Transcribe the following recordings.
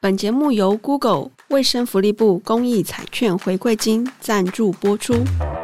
本节目由 Google 卫生福利部公益彩券回馈金赞助播出。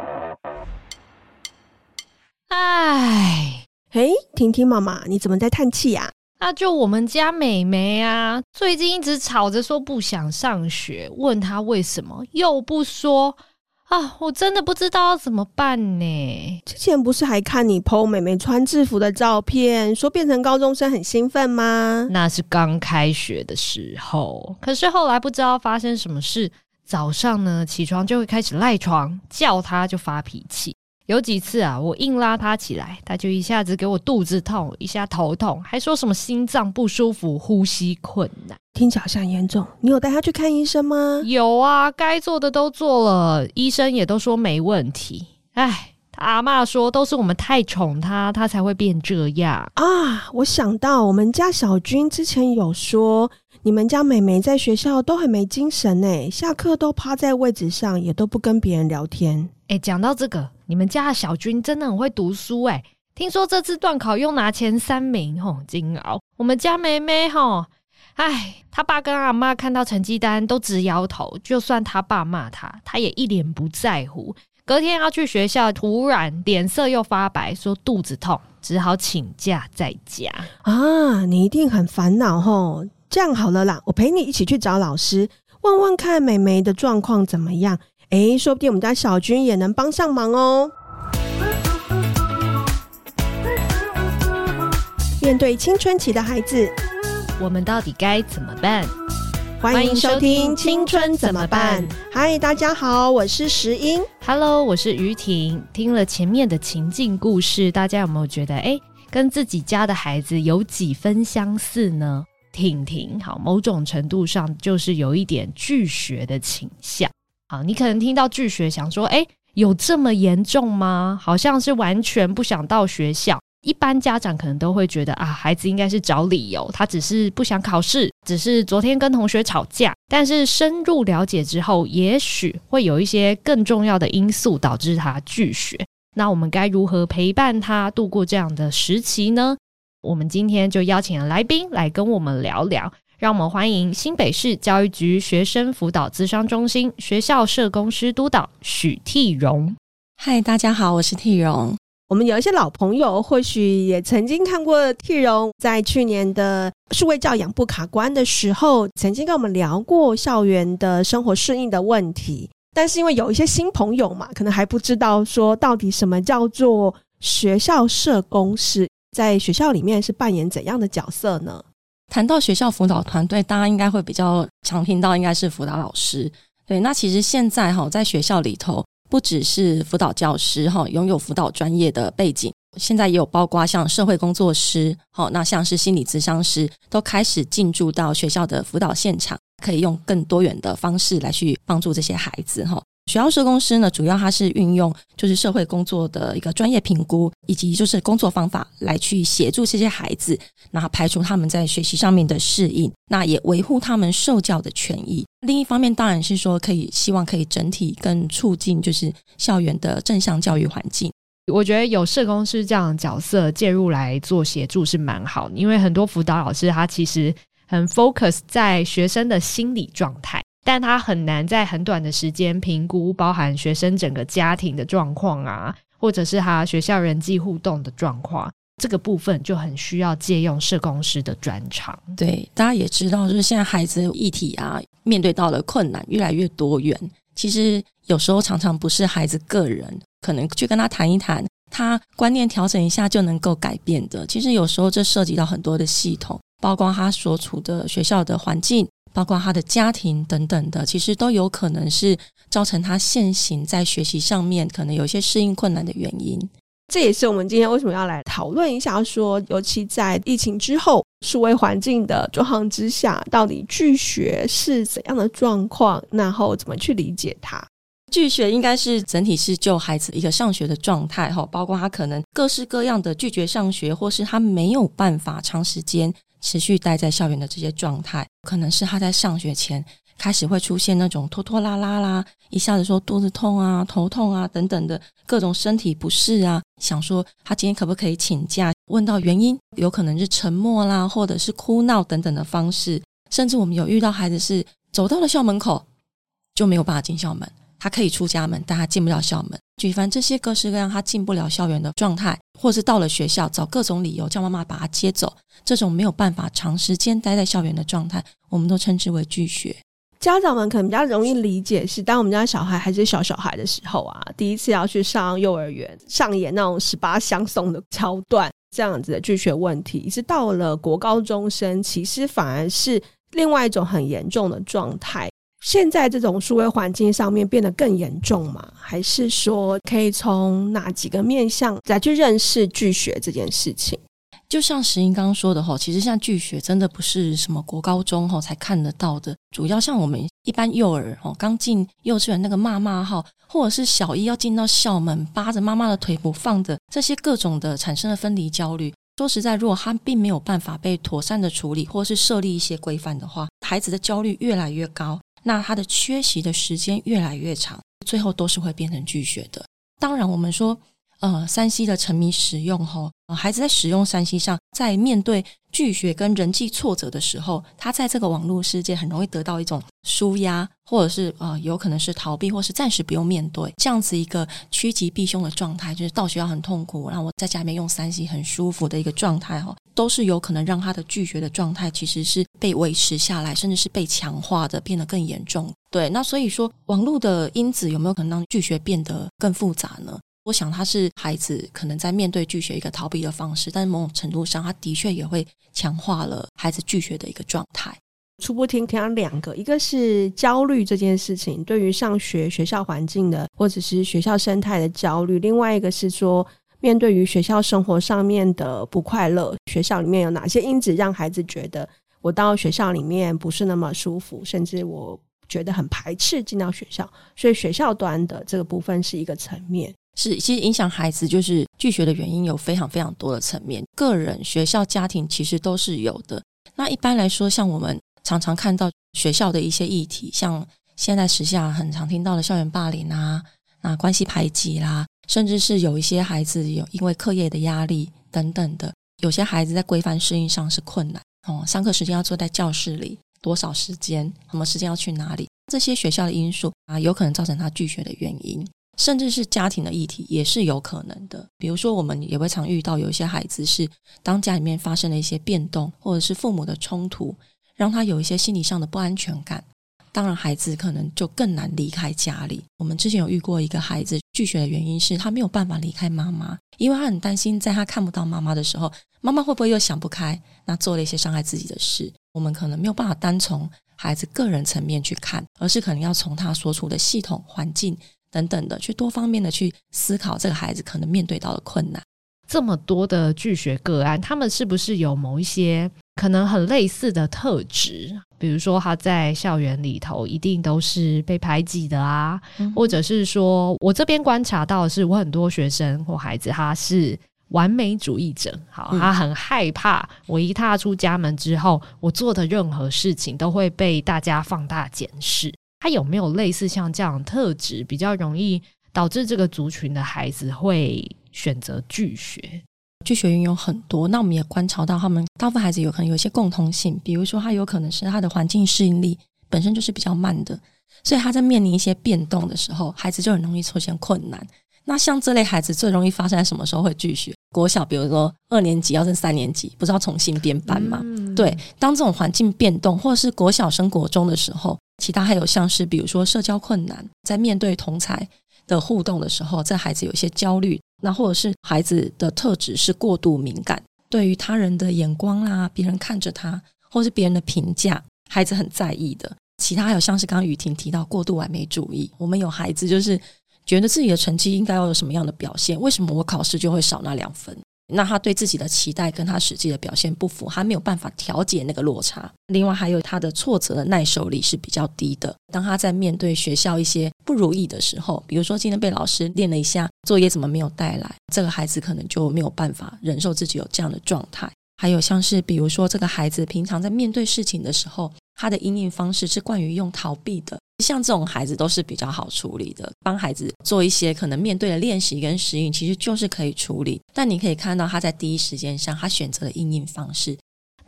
唉， 嘿，婷婷妈妈，你怎么在叹气啊？ 就我们家美眉啊，最近一直吵着说不想上学，问她为什么又不说啊，我真的不知道要怎么办呢。 之前不是还看你 po 妹妹穿制服的照片，说变成高中生很兴奋吗？ 那是刚开学的时候，可是后来不知道发生什么事，早上呢起床就会开始赖床，叫她就发脾气。有几次啊，我硬拉她起来，她就一下子给我肚子痛，一下头痛，还说什么心脏不舒服，呼吸困难。 听起来好像严重，你有带她去看医生吗？ 有啊，该做的都做了，医生也都说没问题。唉，他阿嬷说都是我们太宠她，她才会变这样啊。我想到我们家小军之前有说，你们家妹妹在学校都很没精神耶，下课都趴在位置上，也都不跟别人聊天。 讲到这个，你们家的小军真的很会读书耶，听说这次段考又拿前3名，煎熬。我们家妹妹他爸跟阿嬷看到成绩单都直摇头，就算他爸骂他，他也一脸不在乎。隔天要去学校，突然脸色又发白，说肚子痛，只好请假在家。 啊，你一定很烦恼齁。这样好了啦，我陪你一起去找老师，问问看妹妹的状况怎么样。说不定我们家小军也能帮上忙哦。面对青春期的孩子， 我们到底该怎么办？ 欢迎收听青春怎么办。嗨，大家好，我是石英。 Hello， 我是于婷。听了前面的情境故事，大家有没有觉得跟自己家的孩子有几分相似呢？婷婷某种程度上就是有一点拒学的倾向。好，你可能听到拒学想说有这么严重吗？好像是完全不想到学校。一般家长可能都会觉得孩子应该是找理由，他只是不想考试，只是昨天跟同学吵架。但是深入了解之后，也许会有一些更重要的因素导致他拒学。那我们该如何陪伴他度过这样的时期呢？我们今天就邀请了来宾来跟我们聊聊，让我们欢迎新北市教育局学生辅导咨商中心学校社工师督导许娣蓉。 嗨，大家好，我是娣蓉。 我们有一些老朋友或许也曾经看过娣蓉在去年的数位教养部卡关的时候，曾经跟我们聊过校园的生活适应的问题。但是因为有一些新朋友嘛，可能还不知道说到底什么叫做学校社工师，在学校里面是扮演怎样的角色呢？ 谈到学校辅导团队，大家应该会比较常听到应该是辅导老师。对，那其实现在在学校里头，不只是辅导教师拥有辅导专业的背景，现在也有包括像社会工作师，那像是心理咨商师，都开始进驻到学校的辅导现场，可以用更多元的方式来去帮助这些孩子。学校社工师呢，主要它是运用就是社会工作的一个专业评估，以及就是工作方法来去协助这些孩子，那排除他们在学习上面的适应，那也维护他们受教的权益。另一方面当然是说希望可以整体更促进就是校园的正向教育环境。 我觉得有社工师这样的角色介入来做协助是蛮好的，因为很多辅导老师他其实很 focus 在学生的心理状态，但他很难在很短的时间评估包含学生整个家庭的状况或者是他学校人际互动的状况，这个部分就很需要借用社工师的专长。 对，大家也知道就是现在孩子议题面对到了困难越来越多元，其实有时候常常不是孩子个人可能去跟他谈一谈，他观念调整一下就能够改变的。其实有时候这涉及到很多的系统，包括他所处的学校的环境，包括他的家庭等等的，其实都有可能是造成他现行在学习上面可能有一些适应困难的原因。 这也是我们今天为什么要来讨论一下说，尤其在疫情之后数位环境的状况之下，到底拒学是怎样的状况，然后怎么去理解它。 拒学应该是整体是就孩子一个上学的状态，包括他可能各式各样的拒绝上学，或是他没有办法长时间持续待在校园的这些状态，可能是他在上学前开始会出现那种拖拖拉拉啦，一下子说肚子痛头痛等等的各种身体不适想说他今天可不可以请假，问到原因有可能是沉默啦，或者是哭闹等等的方式， 甚至我们有遇到孩子是走到了校门口就没有办法进校门，他可以出家门但他进不了校门。举凡这些各式各样他进不了校园的状态，或是到了学校找各种理由叫妈妈把他接走，这种没有办法长时间待在校园的状态，我们都称之为拒学。 家长们可能比较容易理解是，当我们家小孩还是小孩的时候啊，第一次要去上幼儿园，上演那种18相送的桥段，这样子的拒学问题是到了国高中生其实反而是另外一种很严重的状态。现在这种数位环境上面变得更严重吗？还是说可以从哪几个面向来去认识拒学这件事情？ 就像石英刚刚说的，其实像拒学真的不是什么国高中才看得到的，主要像我们一般幼儿刚进幼稚园那个骂号，或者是小一要进到校门扒着妈妈的腿不放的，这些各种的产生了分离焦虑。说实在，如果他并没有办法被妥善的处理，或是设立一些规范的话，孩子的焦虑越来越高，那他的缺席的时间越来越长，最后都是会变成拒学的。当然我们说3C 的沉迷使用孩子在使用3C 上，在面对拒学跟人际挫折的时候，他在这个网络世界很容易得到一种抒压，或者是有可能是逃避，或是暂时不用面对这样子一个趋吉避凶的状态，就是到学校很痛苦，然后我在家里面用3C 很舒服的一个状态都是有可能让他的拒学的状态其实是被维持下来，甚至是被强化的，变得更严重。对，那所以说网络的因子有没有可能让拒学变得更复杂呢？我想他是孩子可能在面对拒学一个逃避的方式，但是某种程度上他的确也会强化了孩子拒学的一个状态。 初步听到2个，一个是焦虑这件事情，对于上学学校环境的或者是学校生态的焦虑，另外一个是说面对于学校生活上面的不快乐，学校里面有哪些因子让孩子觉得我到学校里面不是那么舒服，甚至我觉得很排斥进到学校，所以学校端的这个部分是一个层面。 是，其实影响孩子就是拒学的原因有非常非常多的层面，个人、学校、家庭其实都是有的。那一般来说，像我们常常看到学校的一些议题，像现在时下很常听到的校园霸凌啊，那关系排挤啦，甚至是有一些孩子有因为课业的压力等等的，有些孩子在规范适应上是困难上课时间要坐在教室里，多少时间，什么时间要去哪里，这些学校的因素有可能造成他拒学的原因。甚至是家庭的议题也是有可能的，比如说我们也会常遇到有一些孩子是当家里面发生了一些变动，或者是父母的冲突，让他有一些心理上的不安全感，当然孩子可能就更难离开家里。我们之前有遇过一个孩子拒学的原因是他没有办法离开妈妈，因为他很担心在他看不到妈妈的时候，妈妈会不会又想不开，那做了一些伤害自己的事。我们可能没有办法单从孩子个人层面去看，而是可能要从他所处的系统环境等等的去多方面的去思考这个孩子可能面对到的困难。 这么多的拒学个案，他们是不是有某一些可能很类似的特质？比如说他在校园里头一定都是被排挤的啊，或者是说我这边观察到的是，我很多学生或孩子他是完美主义者，好，他很害怕我一踏出家门之后，我做的任何事情都会被大家放大检视。他有没有类似像这样的特质，比较容易导致这个族群的孩子会选择拒学？ 拒学原因有很多，那我们也观察到他们大部分孩子有可能有一些共同性，比如说他有可能是他的环境适应力本身就是比较慢的，所以他在面临一些变动的时候，孩子就很容易出现困难。那像这类孩子最容易发生在什么时候会拒学？国小比如说2年级要升3年级，不是要重新编班吗？对，当这种环境变动，或者是国小升国中的时候，其他还有像是比如说社交困难，在面对同侪的互动的时候，这孩子有一些焦虑，那或者是孩子的特质是过度敏感，对于他人的眼光啦，别人看着他，或是别人的评价，孩子很在意的。其他还有像是刚刚雨婷提到过度完美主义，我们有孩子就是觉得自己的成绩应该要有什么样的表现，为什么我考试就会少那2分？那他对自己的期待跟他实际的表现不符，他没有办法调节那个落差。另外还有他的挫折的耐受力是比较低的，当他在面对学校一些不如意的时候，比如说今天被老师练了一下作业怎么没有带来，这个孩子可能就没有办法忍受自己有这样的状态。还有像是比如说这个孩子平常在面对事情的时候，他的因应方式是惯于用逃避的，像这种孩子都是比较好处理的，帮孩子做一些可能面对的练习跟适应，其实就是可以处理。但你可以看到他在第一时间上他选择了因应方式。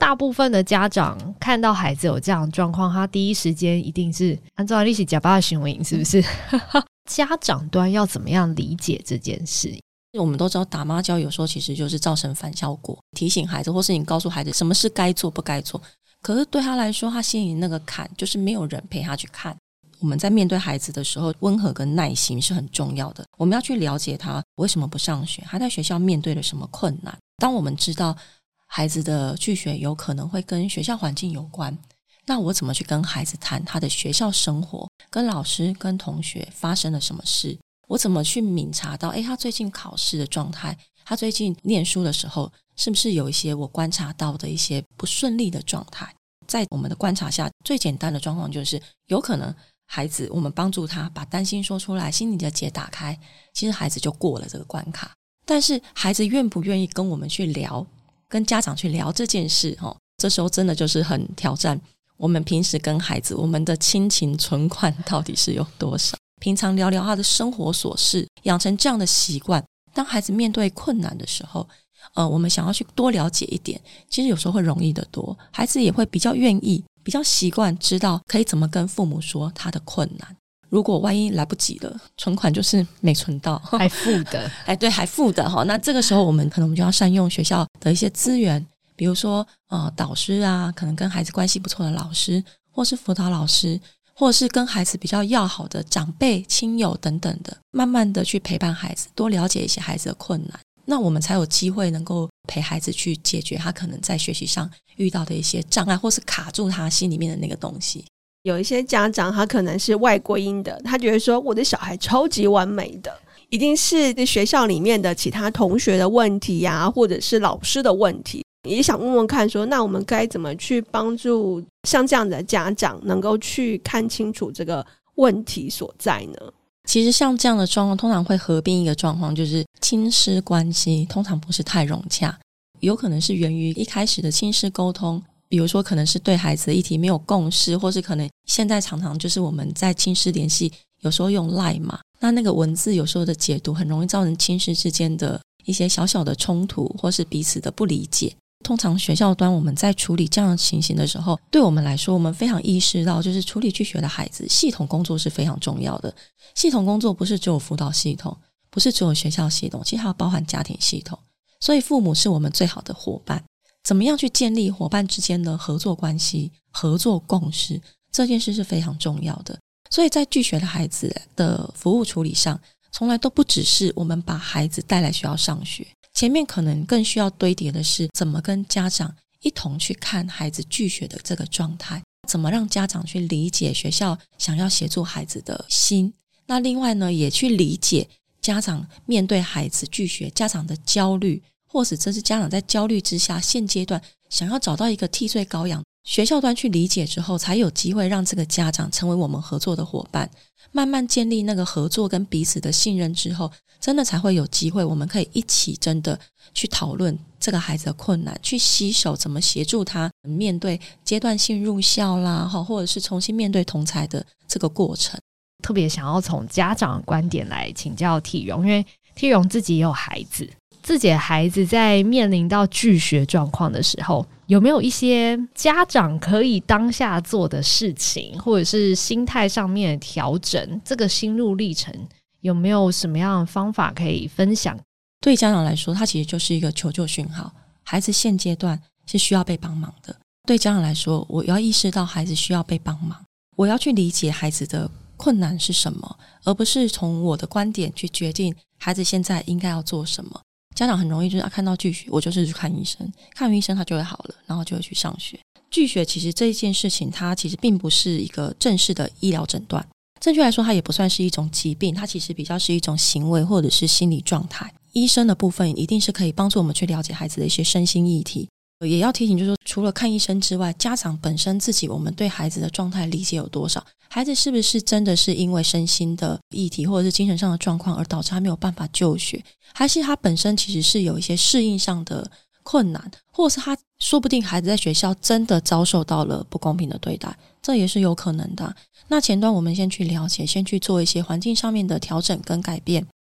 大部分的家长看到孩子有这样的状况，他第一时间一定是按照利息假巴的行为，是不是？家长端要怎么样理解这件事？ 我们都知道打妈教有时候其实就是造成反效果，提醒孩子或是你告诉孩子什么是该做不该做，可是对他来说他心里那个坎就是没有人陪他去看。我们在面对孩子的时候，温和跟耐心是很重要的，我们要去了解他为什么不上学，他在学校面对了什么困难。当我们知道孩子的拒学有可能会跟学校环境有关，那我怎么去跟孩子谈他的学校生活，跟老师跟同学发生了什么事，我怎么去敏察到他最近考试的状态，他最近念书的时候是不是有一些我观察到的一些不顺利的状态。在我们的观察下，最简单的状况就是有可能孩子我们帮助他把担心说出来，心里的结打开，其实孩子就过了这个关卡。但是孩子愿不愿意跟我们去聊，跟家长去聊这件事，这时候真的就是很挑战我们平时跟孩子我们的亲情存款到底是有多少，平常聊聊他的生活琐事，养成这样的习惯。当孩子面对困难的时候，我们想要去多了解一点，其实有时候会容易得多，孩子也会比较愿意，比较习惯知道可以怎么跟父母说他的困难。如果万一来不及了，存款就是没存到， 还负的对，还负的那这个时候我们就要善用学校的一些资源，比如说导师啊，可能跟孩子关系不错的老师，或是辅导老师，或者是跟孩子比较要好的长辈亲友等等的，慢慢的去陪伴孩子，多了解一些孩子的困难，那我们才有机会能够陪孩子去解决他可能在学习上遇到的一些障碍，或是卡住他心里面的那个东西。 有一些家长他可能是外归因的，他觉得说我的小孩超级完美的，一定是学校里面的其他同学的问题啊，或者是老师的问题。也想问问看说，那我们该怎么去帮助像这样的家长能够去看清楚这个问题所在呢？ 其实像这样的状况通常会合并一个状况，就是亲师关系通常不是太融洽，有可能是源于一开始的亲师沟通，比如说可能是对孩子的议题没有共识，或是可能现在常常就是我们在亲师联系有时候用 LINE 嘛，那个文字有时候的解读很容易造成亲师之间的一些小小的冲突，或是彼此的不理解。通常学校端我们在处理这样的情形的时候，对我们来说我们非常意识到，就是处理拒学的孩子系统工作是非常重要的。系统工作不是只有辅导系统，不是只有学校系统，其实还要包含家庭系统，所以父母是我们最好的伙伴。怎么样去建立伙伴之间的合作关系、合作共识，这件事是非常重要的。所以在拒学的孩子的服务处理上，从来都不只是我们把孩子带来学校上学，前面可能更需要堆叠的是怎么跟家长一同去看孩子拒学的这个状态，怎么让家长去理解学校想要协助孩子的心。那另外呢，也去理解家长面对孩子拒学家长的焦虑，或者这是家长在焦虑之下现阶段想要找到一个替罪羔羊，学校端去理解之后，才有机会让这个家长成为我们合作的伙伴，慢慢建立那个合作跟彼此的信任之后，真的才会有机会我们可以一起真的去讨论这个孩子的困难，去携手怎么协助他面对阶段性入校啦，或者是重新面对同侪的这个过程。 特别想要从家长的观点来请教娣蓉，因为娣蓉自己也有孩子，自己的孩子在面临到拒学状况的时候，有没有一些家长可以当下做的事情，或者是心态上面的调整，这个心路历程有没有什么样的方法可以分享？ 对家长来说，它其实就是一个求救讯号，孩子现阶段是需要被帮忙的。对家长来说，我要意识到孩子需要被帮忙，我要去理解孩子的困难是什么，而不是从我的观点去决定孩子现在应该要做什么。家长很容易就是看到拒学，我就是去看医生，看完医生他就会好了，然后就会去上学。拒学其实这一件事情，它其实并不是一个正式的医疗诊断，正确来说它也不算是一种疾病，它其实比较是一种行为或者是心理状态。医生的部分一定是可以帮助我们去了解孩子的一些身心议题，也要提醒就是说，除了看医生之外，家长本身自己我们对孩子的状态理解有多少，孩子是不是真的是因为身心的议题或者是精神上的状况而导致他没有办法就学，还是他本身其实是有一些适应上的困难，或者是他说不定孩子在学校真的遭受到了不公平的对待，这也是有可能的。那前端我们先去了解，先去做一些环境上面的调整跟改变，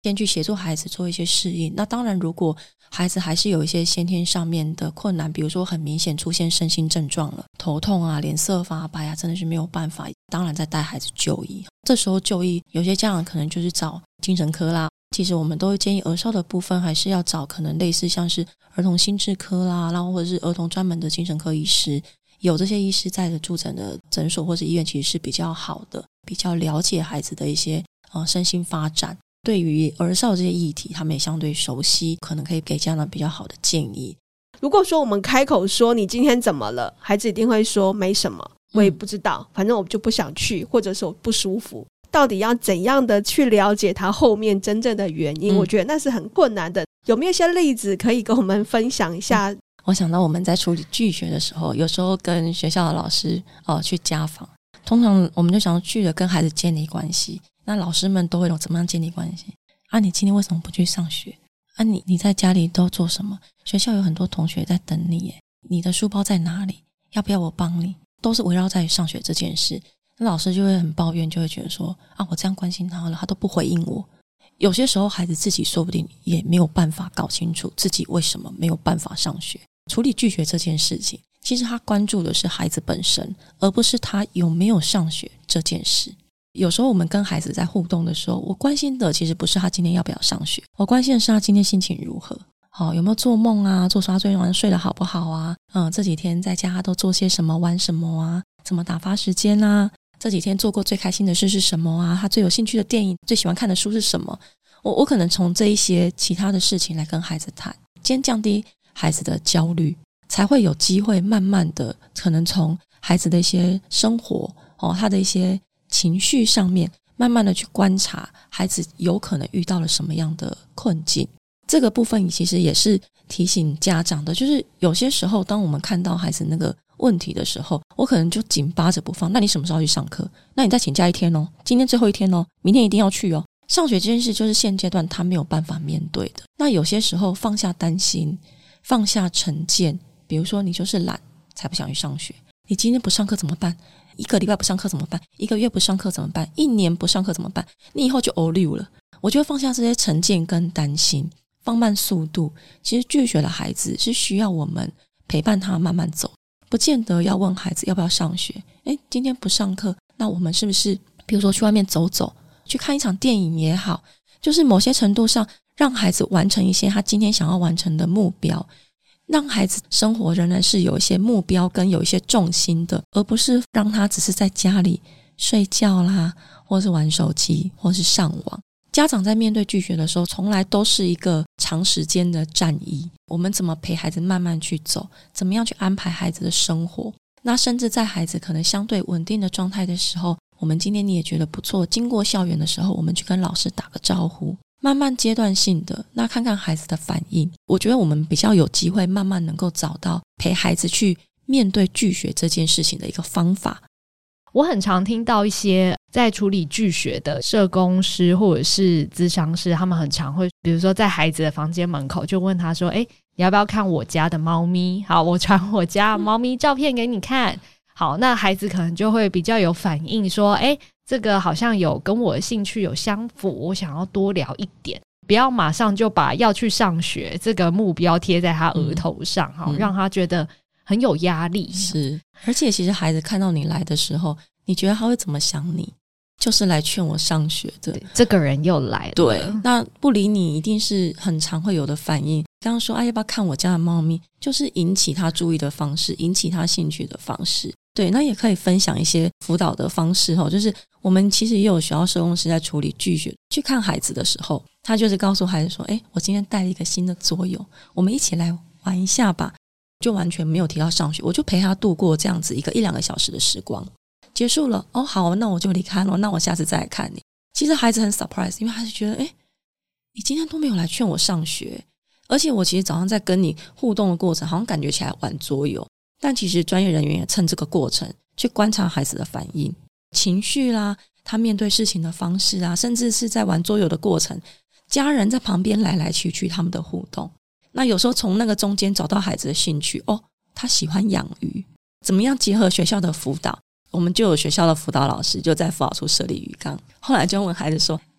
先去协助孩子做一些适应。那当然如果孩子还是有一些先天上面的困难，比如说很明显出现身心症状了，头痛啊，脸色发白啊，真的是没有办法，当然再带孩子就医。这时候就医，有些家长可能就是找精神科啦，其实我们都会建议儿少的部分还是要找可能类似像是儿童心智科啦，然后或者是儿童专门的精神科医师，有这些医师在的驻诊的诊所或是医院其实是比较好的，比较了解孩子的一些身心发展，对于儿少这些议题他们也相对熟悉，可能可以给家长比较好的建议。 如果说我们开口说你今天怎么了，孩子一定会说没什么，我也不知道，反正我就不想去，或者是我不舒服。到底要怎样的去了解他后面真正的原因，我觉得那是很困难的。有没有一些例子可以跟我们分享一下？ 我想到我们在处理拒学的时候，有时候跟学校的老师去家访，通常我们就想要去了跟孩子建立关系，那老师们都会有怎么样建立关系啊？你今天为什么不去上学啊？你在家里都做什么？学校有很多同学在等你耶，你的书包在哪里？要不要我帮你？都是围绕在上学这件事。那老师就会很抱怨，就会觉得说啊，我这样关心他了，他都不回应我。有些时候孩子自己说不定也没有办法搞清楚自己为什么没有办法上学。处理拒学这件事情，其实他关注的是孩子本身，而不是他有没有上学这件事。有时候我们跟孩子在互动的时候，我关心的其实不是他今天要不要上学，我关心的是他今天心情如何，有没有做梦啊，做刷最晚睡得好不好啊，这几天在家都做些什么，玩什么啊，怎么打发时间啊，这几天做过最开心的事是什么啊，他最有兴趣的电影，最喜欢看的书是什么。我可能从这一些其他的事情来跟孩子谈，先降低孩子的焦虑，才会有机会慢慢的可能从孩子的一些生活他的一些情绪上面慢慢的去观察孩子有可能遇到了什么样的困境。这个部分其实也是提醒家长的，就是有些时候当我们看到孩子那个问题的时候，我可能就紧扒着不放，那你什么时候去上课？那你再请假一天哦，今天最后一天哦，明天一定要去哦。上学这件事就是现阶段他没有办法面对的。那有些时候放下担心，放下成见，比如说你就是懒才不想去上学，你今天不上课怎么办？一个礼拜不上课怎么办？一个月不上课怎么办？一年不上课怎么办？你以后就欧溜了。我觉得放下这些成见跟担心，放慢速度，其实拒学的孩子是需要我们陪伴他慢慢走，不见得要问孩子要不要上学。今天不上课，那我们是不是比如说去外面走走，去看一场电影也好，就是某些程度上让孩子完成一些他今天想要完成的目标，让孩子生活仍然是有一些目标跟有一些重心的，而不是让他只是在家里睡觉啦，或是玩手机，或是上网。家长在面对拒学的时候，从来都是一个长时间的战役。我们怎么陪孩子慢慢去走，怎么样去安排孩子的生活，那甚至在孩子可能相对稳定的状态的时候，我们今天你也觉得不错，经过校园的时候，我们去跟老师打个招呼，慢慢阶段性的，那看看孩子的反应。我觉得我们比较有机会慢慢能够找到陪孩子去面对拒学这件事情的一个方法。 我很常听到一些在处理拒学的社工师或者是咨商师，他们很常会比如说在孩子的房间门口就问他说你要不要看我家的猫咪？好，我传我家猫咪照片给你看。好，那孩子可能就会比较有反应说这个好像有跟我的兴趣有相符，我想要多聊一点，不要马上就把要去上学这个目标贴在他额头上，让他觉得很有压力。 是，而且其实孩子看到你来的时候，你觉得他会怎么想你？就是来劝我上学的， 这个人又来了。 对，那不理你一定是很常会有的反应。刚刚说要不要看我家的猫咪，就是引起他注意的方式，引起他兴趣的方式。对，那也可以分享一些辅导的方式就是我们其实也有学校社工师在处理拒学，去看孩子的时候，他就是告诉孩子说我今天带了一个新的桌游，我们一起来玩一下吧。就完全没有提到上学，我就陪他度过这样子一两个小时的时光。结束了好，那我就离开了，那我下次再来看你。其实孩子很 surprise， 因为他就觉得你今天都没有来劝我上学，而且我其实早上在跟你互动的过程好像感觉起来玩桌游，但其实专业人员也趁这个过程去观察孩子的反应、情绪啦，他面对事情的方式啊，甚至是在玩桌游的过程，家人在旁边来来去去他们的互动。那有时候从那个中间找到孩子的兴趣他喜欢养鱼，怎么样结合学校的辅导，我们就有学校的辅导老师就在辅导处设立鱼缸。后来就问孩子说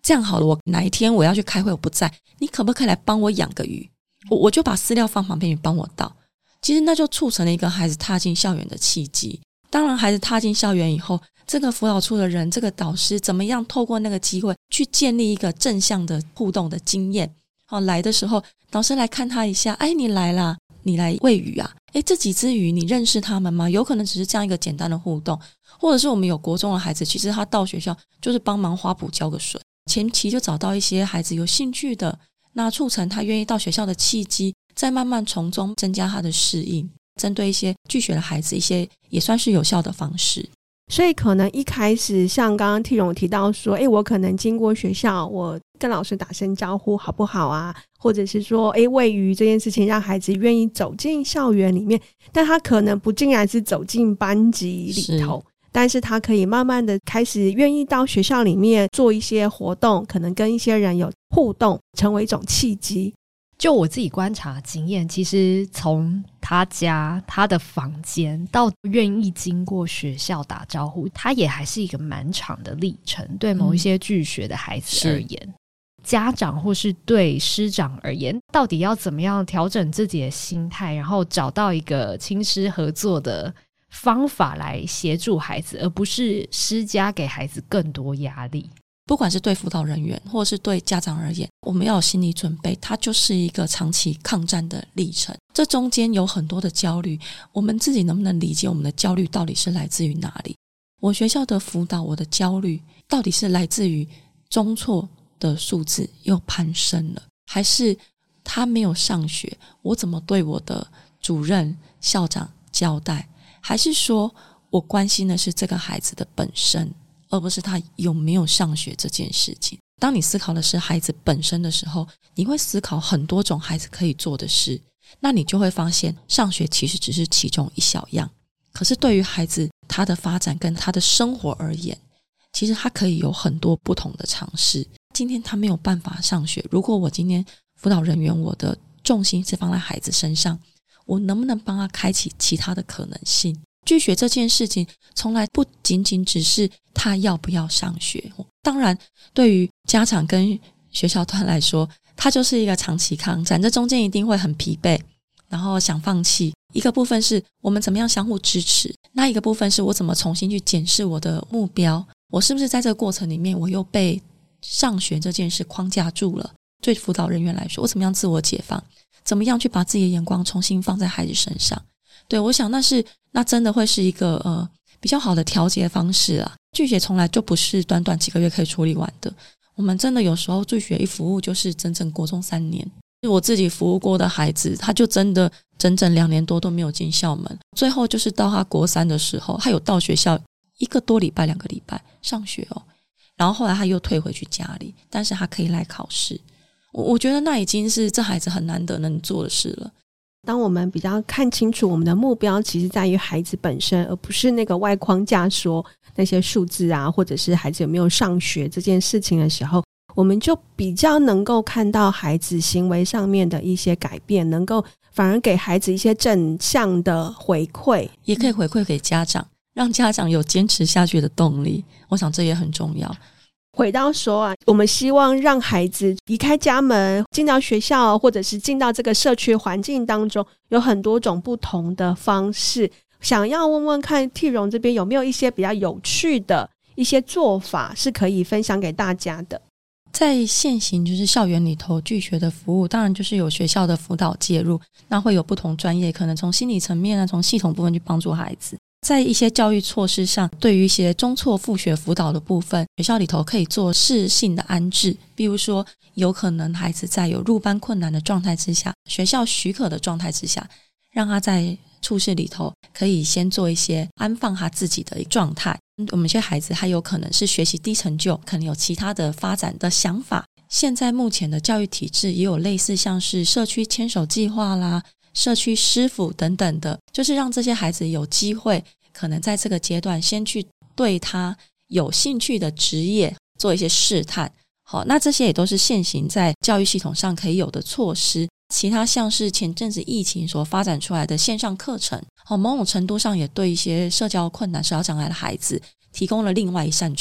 这样好了，我哪一天我要去开会我不在，你可不可以来帮我养个鱼？我就把饲料放旁边，你帮我倒。其实那就促成了一个孩子踏进校园的契机。当然孩子踏进校园以后，这个辅导处的人，这个导师怎么样透过那个机会去建立一个正向的互动的经验。来的时候导师来看他一下，哎，你来啦，你来喂鱼啊，哎，这几只鱼你认识他们吗？有可能只是这样一个简单的互动。或者是我们有国中的孩子，其实他到学校就是帮忙花圃浇个水，前期就找到一些孩子有兴趣的，那促成他愿意到学校的契机，再慢慢从中增加他的适应，针对一些拒学的孩子一些也算是有效的方式。 所以可能一开始像刚刚 T 荣提到说，我可能经过学校，我跟老师打声招呼好不好啊，或者是说喂鱼这件事情让孩子愿意走进校园里面，但他可能不尽然是走进班级里头，但是他可以慢慢的开始愿意到学校里面做一些活动，可能跟一些人有互动，成为一种契机。 就我自己观察经验，其实从他家他的房间到愿意经过学校打招呼，他也还是一个蛮长的历程。对某一些拒学的孩子而言，家长或是对师长而言，到底要怎么样调整自己的心态，然后找到一个亲师合作的方法来协助孩子，而不是施加给孩子更多压力。 不管是对辅导人员或是对家长而言，我们要有心理准备，它就是一个长期抗战的历程。这中间有很多的焦虑，我们自己能不能理解我们的焦虑到底是来自于哪里？我学校的辅导，我的焦虑到底是来自于中辍的数字又攀升了，还是他没有上学，我怎么对我的主任校长交代？还是说我关心的是这个孩子的本身，而不是他有没有上学这件事情。当你思考的是孩子本身的时候，你会思考很多种孩子可以做的事，那你就会发现上学其实只是其中一小样。可是对于孩子他的发展跟他的生活而言，其实他可以有很多不同的尝试。今天他没有办法上学，如果我今天辅导人员我的重心是放在孩子身上，我能不能帮他开启其他的可能性？拒学这件事情从来不仅仅只是他要不要上学，当然对于家长跟学校端来说，他就是一个长期抗战，这中间一定会很疲惫，然后想放弃。一个部分是我们怎么样相互支持，那一个部分是我怎么重新去检视我的目标，我是不是在这个过程里面我又被上学这件事框架住了。对辅导人员来说，我怎么样自我解放，怎么样去把自己的眼光重新放在孩子身上。对，我想那真的会是一个比较好的调节方式啊。拒学从来就不是短短几个月可以处理完的，我们真的有时候拒学一服务就是整整国中3年。我自己服务过的孩子，他就真的整整2年多都没有进校门，最后就是到他国3的时候，他有到学校1个多礼拜2个礼拜上学然后后来他又退回去家里，但是他可以来考试。我觉得那已经是这孩子很难得能做的事了。 当我们比较看清楚我们的目标其实在于孩子本身，而不是那个外框架说那些数字啊，或者是孩子有没有上学这件事情的时候，我们就比较能够看到孩子行为上面的一些改变，能够反而给孩子一些正向的回馈， 也可以回馈给家长，让家长有坚持下去的动力。我想这也很重要。 回到说我们希望让孩子离开家门进到学校，或者是进到这个社区环境当中，有很多种不同的方式。想要问问看 T 荣这边有没有一些比较有趣的一些做法是可以分享给大家的。 在现行就是校园里头拒学的服务，当然就是有学校的辅导介入，那会有不同专业，可能从心理层面从系统部分去帮助孩子。在一些教育措施上，对于一些中辍复学辅导的部分，学校里头可以做适性的安置，比如说有可能孩子在有入班困难的状态之下，学校许可的状态之下，让他在处室里头可以先做一些安放他自己的状态。我们一些孩子还有可能是学习低成就，可能有其他的发展的想法。现在目前的教育体制也有类似像是社区牵手计划啦，社区师傅等等的，就是让这些孩子有机会可能在这个阶段先去对他有兴趣的职业做一些试探。好，那这些也都是现行在教育系统上可以有的措施。其他像是前阵子疫情所发展出来的线上课程，某种程度上也对一些社交困难、社交障碍的孩子提供了另外一扇窗。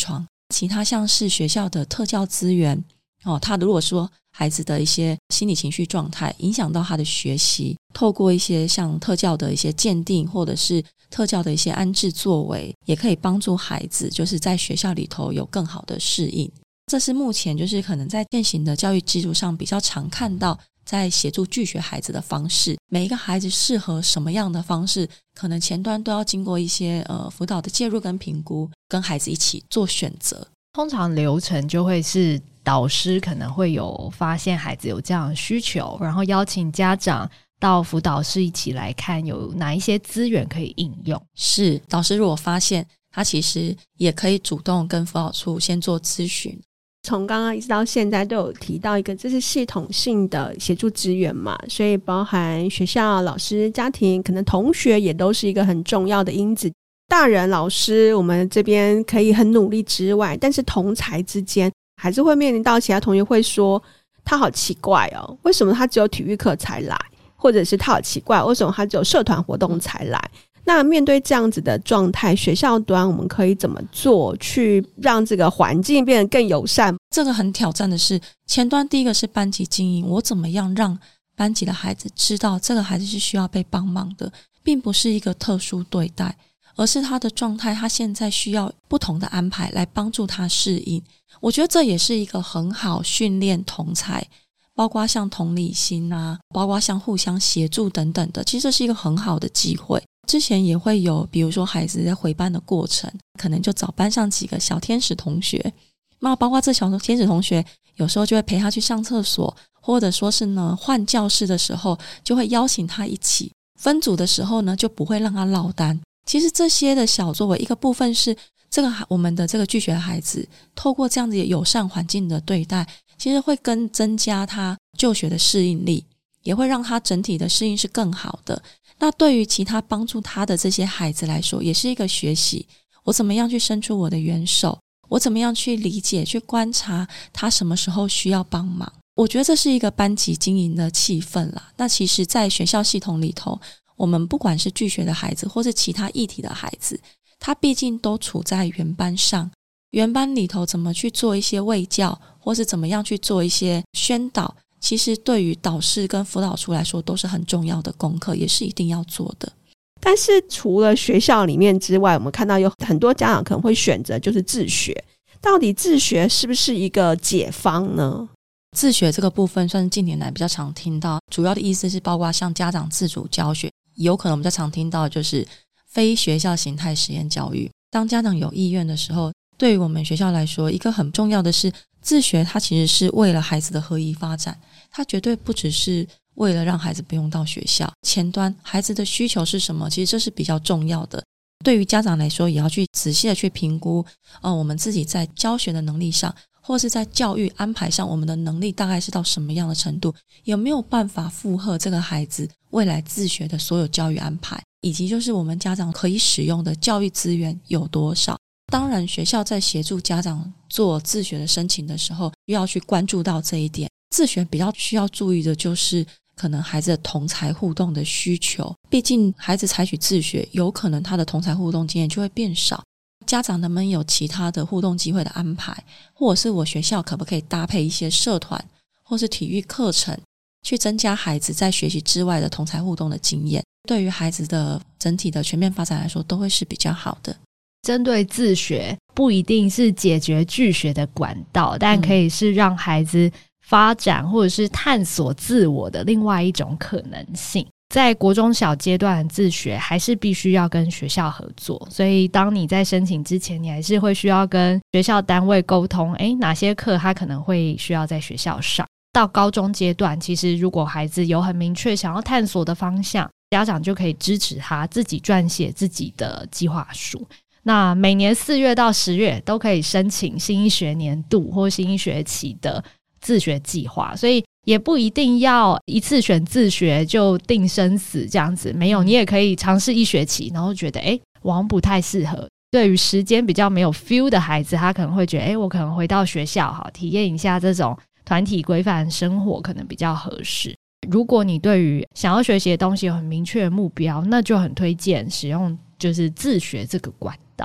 其他像是学校的特教资源他如果说孩子的一些心理情绪状态影响到他的学习，透过一些像特教的一些鉴定或者是特教的一些安置作为，也可以帮助孩子就是在学校里头有更好的适应。这是目前就是可能在现行的教育基础上比较常看到在协助拒学孩子的方式，每一个孩子适合什么样的方式，可能前端都要经过一些辅导的介入跟评估，跟孩子一起做选择。 通常流程就会是导师可能会有发现孩子有这样的需求，然后邀请家长到辅导室一起来看有哪一些资源可以应用。 是，导师如果发现他其实也可以主动跟辅导处先做咨询。 从刚刚一直到现在都有提到一个，这是系统性的协助资源嘛，所以包含学校、老师、家庭，可能同学也都是一个很重要的因子。大人、老师我们这边可以很努力之外，但是同侪之间还是会面临到其他同学会说他好奇怪哦，为什么他只有体育课才来，或者是他好奇怪为什么他只有社团活动才来。那面对这样子的状态，学校端我们可以怎么做去让这个环境变得更友善？ 这个很挑战的是，前端第一个是班级经营，我怎么样让班级的孩子知道这个孩子是需要被帮忙的，并不是一个特殊对待，而是他的状态他现在需要不同的安排来帮助他适应。我觉得这也是一个很好训练同侪，包括像同理心啊，包括像互相协助等等的，其实这是一个很好的机会。之前也会有比如说孩子在回班的过程，可能就找班上几个小天使同学，那包括这小天使同学有时候就会陪他去上厕所，或者说是呢换教室的时候就会邀请他一起，分组的时候呢就不会让他落单。其实这些的小作为，一个部分是这个我们的这个拒学孩子透过这样子友善环境的对待，其实会更增加他就学的适应力，也会让他整体的适应是更好的。那对于其他帮助他的这些孩子来说，也是一个学习，我怎么样去伸出我的援手，我怎么样去理解去观察他什么时候需要帮忙。我觉得这是一个班级经营的气氛啦。那其实在学校系统里头，我们不管是拒学的孩子或是其他议题的孩子，他毕竟都处在原班上，原班里头怎么去做一些卫教，或是怎么样去做一些宣导，其实对于导师跟辅导处来说都是很重要的功课，也是一定要做的。 但是除了学校里面之外，我们看到有很多家长可能会选择就是自学，到底自学是不是一个解方呢？ 自学这个部分算是近年来比较常听到，主要的意思是包括像家长自主教学，有可能我们比较常听到就是非学校形态实验教育。当家长有意愿的时候，对于我们学校来说，一个很重要的是自学它其实是为了孩子的合宜发展，它绝对不只是为了让孩子不用到学校，前端孩子的需求是什么，其实这是比较重要的。对于家长来说，也要去仔细的去评估我们自己在教学的能力上，或是在教育安排上，我们的能力大概是到什么样的程度，有没有办法负荷这个孩子未来自学的所有教育安排，以及就是我们家长可以使用的教育资源有多少。当然学校在协助家长做自学的申请的时候，又要去关注到这一点。自学比较需要注意的就是可能孩子的同侪互动的需求，毕竟孩子采取自学，有可能他的同侪互动经验就会变少，家长能不能有其他的互动机会的安排，或者是我学校可不可以搭配一些社团或是体育课程，去增加孩子在学习之外的同侪互动的经验，对于孩子的整体的全面发展来说都会是比较好的。 针对自学不一定是解决拒学的管道，但可以是让孩子发展或者是探索自我的另外一种可能性。在国中小阶段的自学还是必须要跟学校合作，所以当你在申请之前，你还是会需要跟学校单位沟通哪些课他可能会需要在学校上。到高中阶段，其实如果孩子有很明确想要探索的方向，家长就可以支持他自己撰写自己的计划书。那每年4月到10月都可以申请新一学年度或新一学期的自学计划，所以也不一定要一次选自学就定生死这样子，没有，你也可以尝试1学期，然后觉得我好像不太适合。对于时间比较没有 feel 的孩子，他可能会觉得我可能回到学校好体验一下这种团体规范生活可能比较合适。如果你对于想要学习的东西有很明确的目标，那就很推荐使用就是自学这个管道。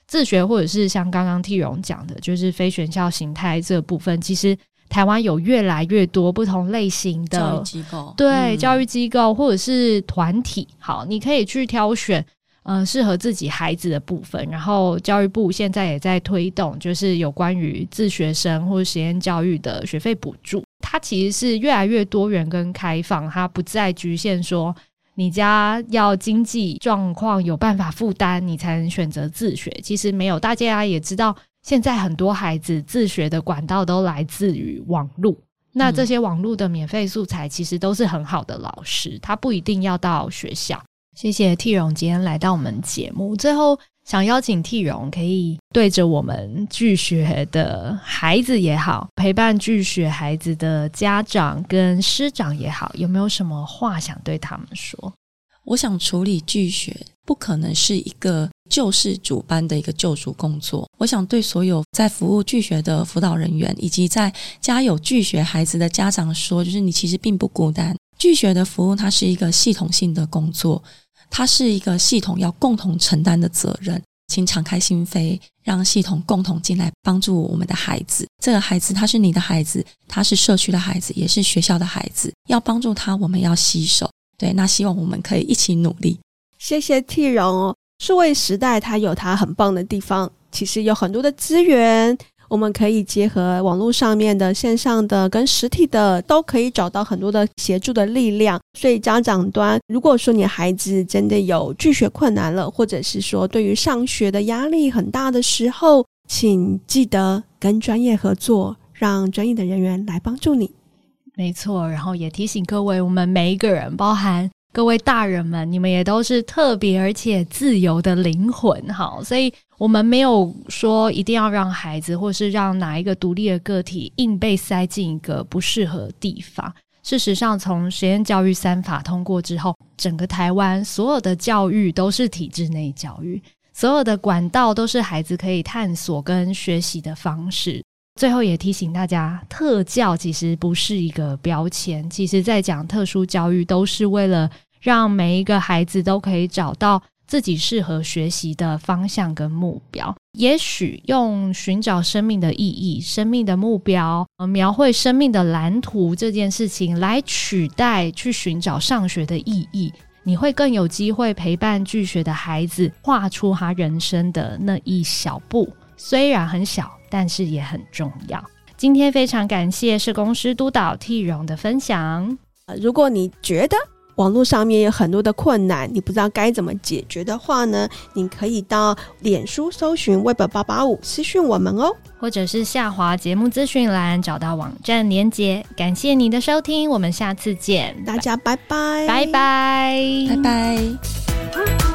自学或者是像刚刚T蓉讲的，就是非学校形态这部分，其实台湾有越来越多不同类型的教育机构， 对，教育机构或者是团体，好，你可以去挑选适合自己孩子的部分。然后教育部现在也在推动，就是有关于自学生或者实验教育的学费补助，它其实是越来越多元跟开放，它不再局限说你家要经济状况有办法负担你才能选择自学，其实没有，大家也知道现在很多孩子自学的管道都来自于网络，那这些网络的免费素材其实都是很好的老师，他不一定要到学校。谢谢T蓉今天来到我们节目，最后想邀请T蓉可以对着我们拒学的孩子也好，陪伴拒学孩子的家长跟师长也好，有没有什么话想对他们说？ 我想处理拒学不可能是一个救世主般的一个救赎工作，我想对所有在服务拒学的辅导人员以及在家有拒学孩子的家长说，就是你其实并不孤单。拒学的服务它是一个系统性的工作，它是一个系统要共同承担的责任，请敞开心扉，让系统共同进来帮助我们的孩子。这个孩子他是你的孩子，他是社区的孩子，也是学校的孩子，要帮助他我们要携手，对，那希望我们可以一起努力。 谢谢T蓉哦。数位时代它有它很棒的地方，其实有很多的资源，我们可以结合网络上面的线上的跟实体的，都可以找到很多的协助的力量。所以家长端，如果说你孩子真的有拒学困难了，或者是说对于上学的压力很大的时候，请记得跟专业合作，让专业的人员来帮助你。 没错，然后也提醒各位，我们每一个人，包含各位大人们，你们也都是特别而且自由的灵魂，好，所以我们没有说一定要让孩子或是让哪一个独立的个体硬被塞进一个不适合的地方。事实上，从实验教育3法通过之后，整个台湾所有的教育都是体制内教育，所有的管道都是孩子可以探索跟学习的方式。最后也提醒大家，特教其实不是一个标签，其实在讲特殊教育都是为了让每一个孩子都可以找到自己适合学习的方向跟目标。也许用寻找生命的意义、生命的目标、描绘生命的蓝图这件事情来取代去寻找上学的意义，你会更有机会陪伴拒学的孩子画出他人生的那一小步，虽然很小，但是也很重要。今天非常感谢社工师督导T蓉的分享。 如果你觉得网络上面有很多的困难，你不知道该怎么解决的话呢，你可以到脸书搜寻 Web885 私讯我们哦， 或者是下滑节目资讯栏找到网站连结。感谢你的收听，我们下次见， 大家拜拜， 拜拜， 拜拜。